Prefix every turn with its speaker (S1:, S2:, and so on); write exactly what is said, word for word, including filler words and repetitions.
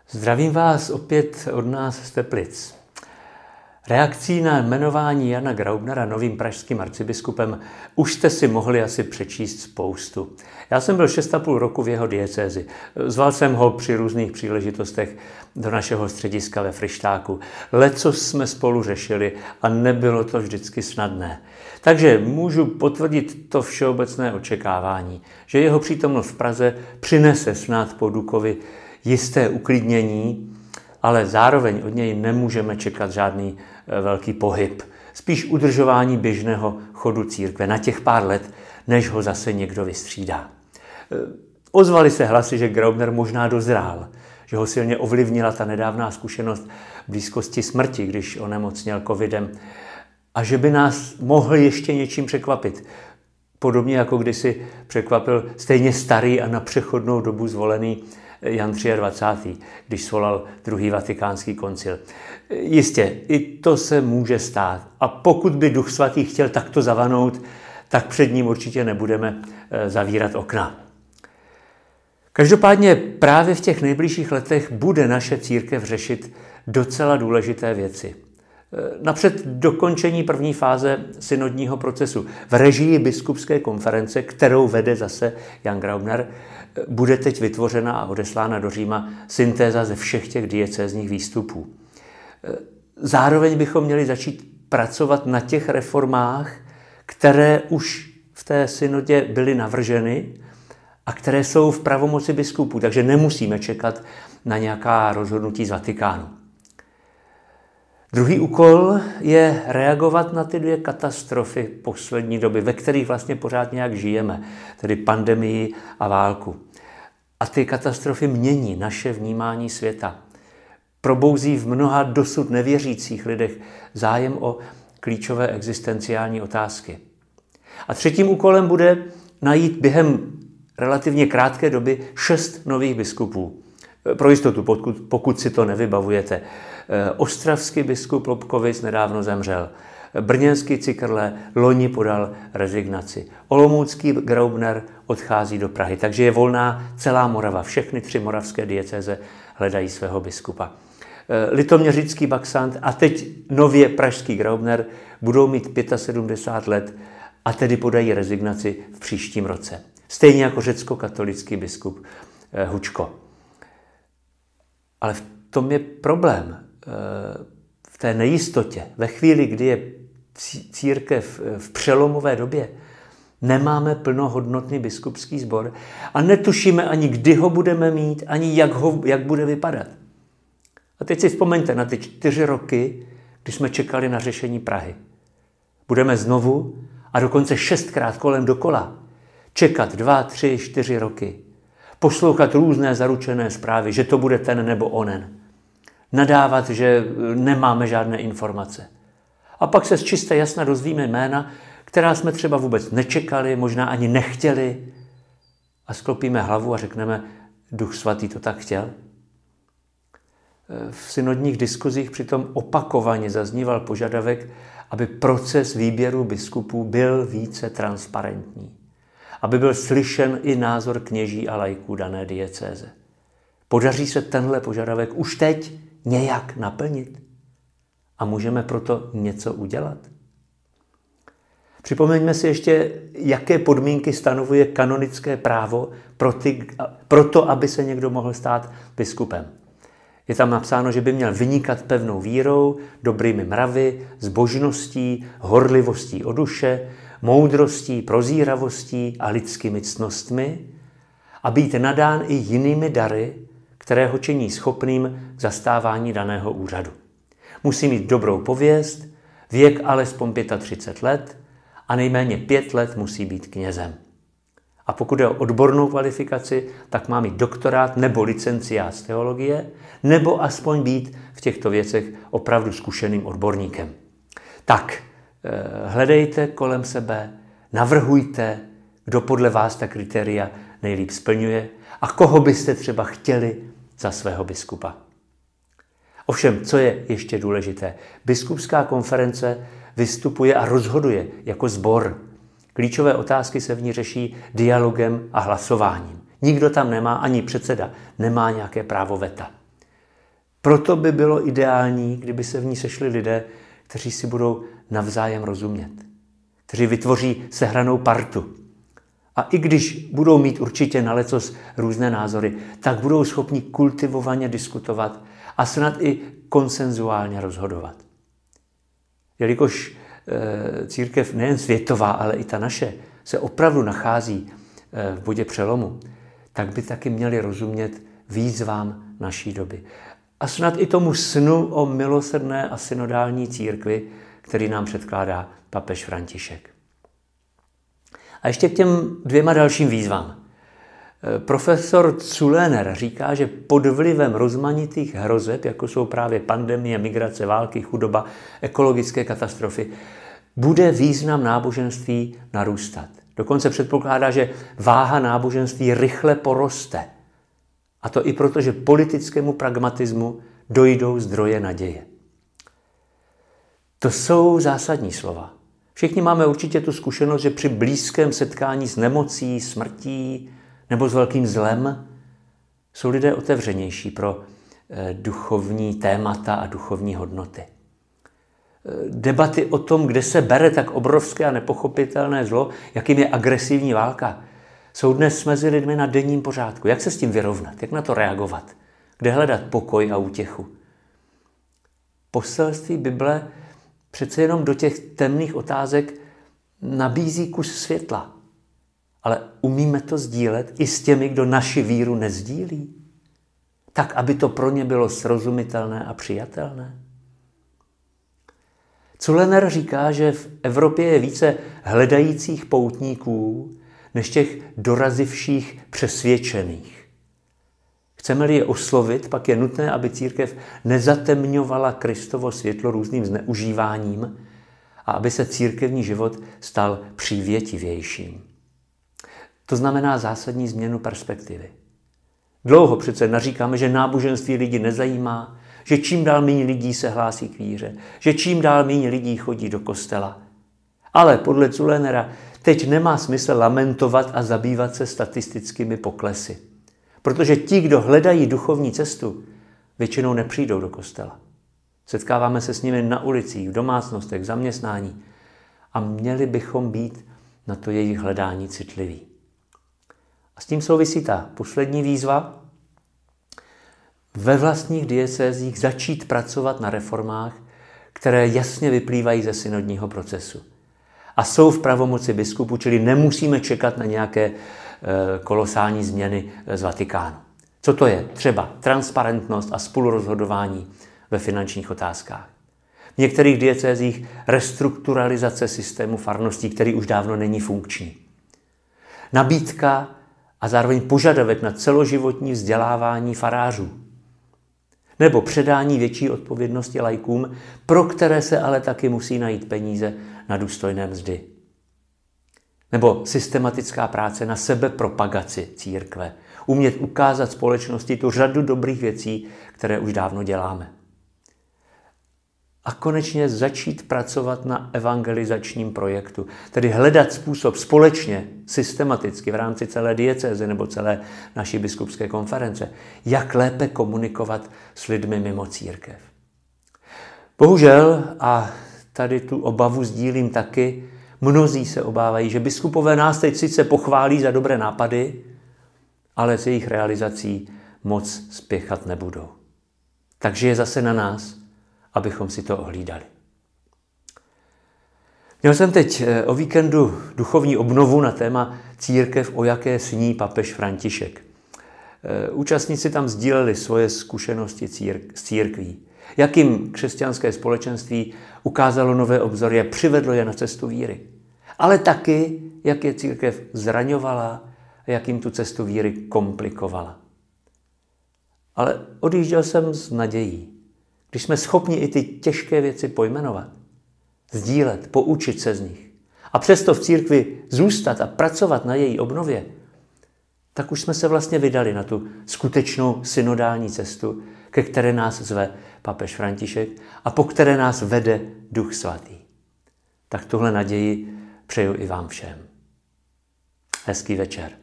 S1: Zdravím vás opět od nás z Teplic. Reakcí na jmenování Jana Graubnera novým pražským arcibiskupem už jste si mohli asi přečíst spoustu. Já jsem byl šest a půl roku v jeho diecézi. Zval jsem ho při různých příležitostech do našeho střediska ve Fryštáku. Lecos jsme spolu řešili a nebylo to vždycky snadné. Takže můžu potvrdit to všeobecné očekávání, že jeho přítomnost v Praze přinese snad po Dukovi jisté uklidnění, ale zároveň od něj nemůžeme čekat žádný velký pohyb. Spíš udržování běžného chodu církve na těch pár let, než ho zase někdo vystřídá. Ozvaly se hlasy, že Graubner možná dozrál, že ho silně ovlivnila ta nedávná zkušenost blízkosti smrti, když onemocněl covidem, a že by nás mohl ještě něčím překvapit. Podobně jako kdysi překvapil stejně starý a na přechodnou dobu zvolený Jan dvacátý třetí když svolal druhý vatikánský koncil. Jistě, i to se může stát. A pokud by Duch Svatý chtěl takto zavanout, tak před ním určitě nebudeme zavírat okna. Každopádně právě v těch nejbližších letech bude naše církev řešit docela důležité věci. Napřed dokončení první fáze synodního procesu v režii biskupské konference, kterou vede zase Jan Graubner, bude teď vytvořena a odeslána do Říma syntéza ze všech těch diecézních výstupů. Zároveň bychom měli začít pracovat na těch reformách, které už v té synodě byly navrženy a které jsou v pravomoci biskupů, takže nemusíme čekat na nějaká rozhodnutí z Vatikánu. Druhý úkol je reagovat na ty dvě katastrofy poslední doby, ve kterých vlastně pořád nějak žijeme, tedy pandemii a válku. A ty katastrofy mění naše vnímání světa. Probouzí v mnoha dosud nevěřících lidech zájem o klíčové existenciální otázky. A třetím úkolem bude najít během relativně krátké doby šest nových biskupů. Pro jistotu, pokud, pokud si to nevybavujete. Ostravský biskup Lobkovic nedávno zemřel. Brněnský Cikrle loni podal rezignaci. Olomoucký Graubner odchází do Prahy, takže je volná celá Morava. Všechny tři moravské diecéze hledají svého biskupa. Litoměřický Baxant a teď nově pražský Graubner budou mít sedmdesát pět let a tedy podají rezignaci v příštím roce. Stejně jako řecko-katolický biskup Hučko. Ale v tom je problém. V té nejistotě, ve chvíli, kdy je církev v přelomové době, nemáme plnohodnotný biskupský sbor a netušíme ani, kdy ho budeme mít, ani jak, ho, jak bude vypadat. A teď si vzpomeňte na ty čtyři roky, kdy jsme čekali na řešení Prahy. Budeme znovu a dokonce šestkrát kolem dokola čekat dva, tři, čtyři roky. Poslouchat různé zaručené zprávy, že to bude ten nebo onen. Nadávat, že nemáme žádné informace. A pak se z čisté jasna dozvíme jména, která jsme třeba vůbec nečekali, možná ani nechtěli, a sklopíme hlavu a řekneme, Duch Svatý to tak chtěl. V synodních diskuzích přitom opakovaně zazníval požadavek, aby proces výběru biskupů byl více transparentní. Aby byl slyšen i názor kněží a laiků dané diecéze. Podaří se tenhle požadavek už teď nějak naplnit? A můžeme proto něco udělat? Připomeňme si ještě, jaké podmínky stanovuje kanonické právo pro, ty, pro to, aby se někdo mohl stát biskupem. Je tam napsáno, že by měl vynikat pevnou vírou, dobrými mravy, zbožností, horlivostí o duše, moudrostí, prozíravostí a lidskými ctnostmi a být nadán i jinými dary, které ho činí schopným k zastávání daného úřadu. Musí mít dobrou pověst, věk alespoň třicet pět let a nejméně pět let musí být knězem. A pokud je o odbornou kvalifikaci, tak má mít doktorát nebo licenciát z teologie, nebo aspoň být v těchto věcech opravdu zkušeným odborníkem. Tak, hledejte kolem sebe, navrhujte, kdo podle vás ta kritéria nejlíp splňuje a koho byste třeba chtěli za svého biskupa. Ovšem, co je ještě důležité? Biskupská konference vystupuje a rozhoduje jako sbor. Klíčové otázky se v ní řeší dialogem a hlasováním. Nikdo tam nemá, ani předseda, nemá nějaké právo veta. Proto by bylo ideální, kdyby se v ní sešli lidé, kteří si budou navzájem rozumět, kteří vytvoří sehranou partu. A i když budou mít určitě na lecos různé názory, tak budou schopni kultivovaně diskutovat a snad i konsenzuálně rozhodovat. Jelikož e, církev nejen světová, ale i ta naše se opravdu nachází e, v bodě přelomu, tak by taky měli rozumět výzvám naší doby. A snad i tomu snu o milosrdné a synodální církvi, který nám předkládá papež František. A ještě k těm dvěma dalším výzvám. Profesor Zulener říká, že pod vlivem rozmanitých hrozeb, jako jsou právě pandemie, migrace, války, chudoba, ekologické katastrofy, bude význam náboženství narůstat. Dokonce předpokládá, že váha náboženství rychle poroste. A to i proto, že politickému pragmatismu dojdou zdroje naděje. To jsou zásadní slova. Všichni máme určitě tu zkušenost, že při blízkém setkání s nemocí, smrtí nebo s velkým zlem jsou lidé otevřenější pro duchovní témata a duchovní hodnoty. Debaty o tom, kde se bere tak obrovské a nepochopitelné zlo, jakým je agresivní válka, jsou dnes mezi lidmi na denním pořádku. Jak se s tím vyrovnat? Jak na to reagovat? Kde hledat pokoj a útěchu? Poselství Bible přece jenom do těch temných otázek nabízí kus světla. Ale umíme to sdílet i s těmi, kdo naši víru nezdílí? Tak, aby to pro ně bylo srozumitelné a přijatelné? Zulener říká, že v Evropě je více hledajících poutníků, než těch dorazivších přesvědčených. Chceme-li je oslovit, pak je nutné, aby církev nezatemňovala Kristovo světlo různým zneužíváním a aby se církevní život stal přívětivějším. To znamená zásadní změnu perspektivy. Dlouho přece naříkáme, že náboženství lidi nezajímá, že čím dál méně lidí se hlásí k víře, že čím dál méně lidí chodí do kostela. Ale podle Zulenera teď nemá smysl lamentovat a zabývat se statistickými poklesy. Protože ti, kdo hledají duchovní cestu, většinou nepřijdou do kostela. Setkáváme se s nimi na ulicích, v domácnostech, v zaměstnání a měli bychom být na to jejich hledání citliví. A s tím souvisí ta poslední výzva. Ve vlastních diecézích začít pracovat na reformách, které jasně vyplývají ze synodního procesu. A jsou v pravomoci biskupů, čili nemusíme čekat na nějaké kolosální změny z Vatikánu. Co to je? Třeba transparentnost a spolurozhodování ve finančních otázkách. V některých diecézích restrukturalizace systému farností, který už dávno není funkční. Nabídka a zároveň požadavek na celoživotní vzdělávání farářů. Nebo předání větší odpovědnosti laikům, pro které se ale taky musí najít peníze na důstojné mzdy. Nebo systematická práce na sebepropagaci církve. Umět ukázat společnosti tu řadu dobrých věcí, které už dávno děláme. A konečně začít pracovat na evangelizačním projektu. Tedy hledat způsob společně, systematicky v rámci celé diecéze nebo celé naší biskupské konference, jak lépe komunikovat s lidmi mimo církev. Bohužel, a tady tu obavu sdílím taky, mnozí se obávají, že biskupové nás teď sice pochválí za dobré nápady, ale s jejich realizací moc spěchat nebudou. Takže je zase na nás, abychom si to ohlídali. Měl jsem teď o víkendu duchovní obnovu na téma církev, o jaké sní papež František. Účastníci tam sdíleli svoje zkušenosti s církví. Jak jim křesťanské společenství ukázalo nové obzory a přivedlo je na cestu víry. Ale taky, jak je církev zraňovala a jak jim tu cestu víry komplikovala. Ale odjížděl jsem s nadějí. Když jsme schopni i ty těžké věci pojmenovat, sdílet, poučit se z nich a přesto v církvi zůstat a pracovat na její obnově, tak už jsme se vlastně vydali na tu skutečnou synodální cestu, ke které nás zve papež František a po které nás vede Duch Svatý. Tak tuhle naději přeju i vám všem. Hezký večer.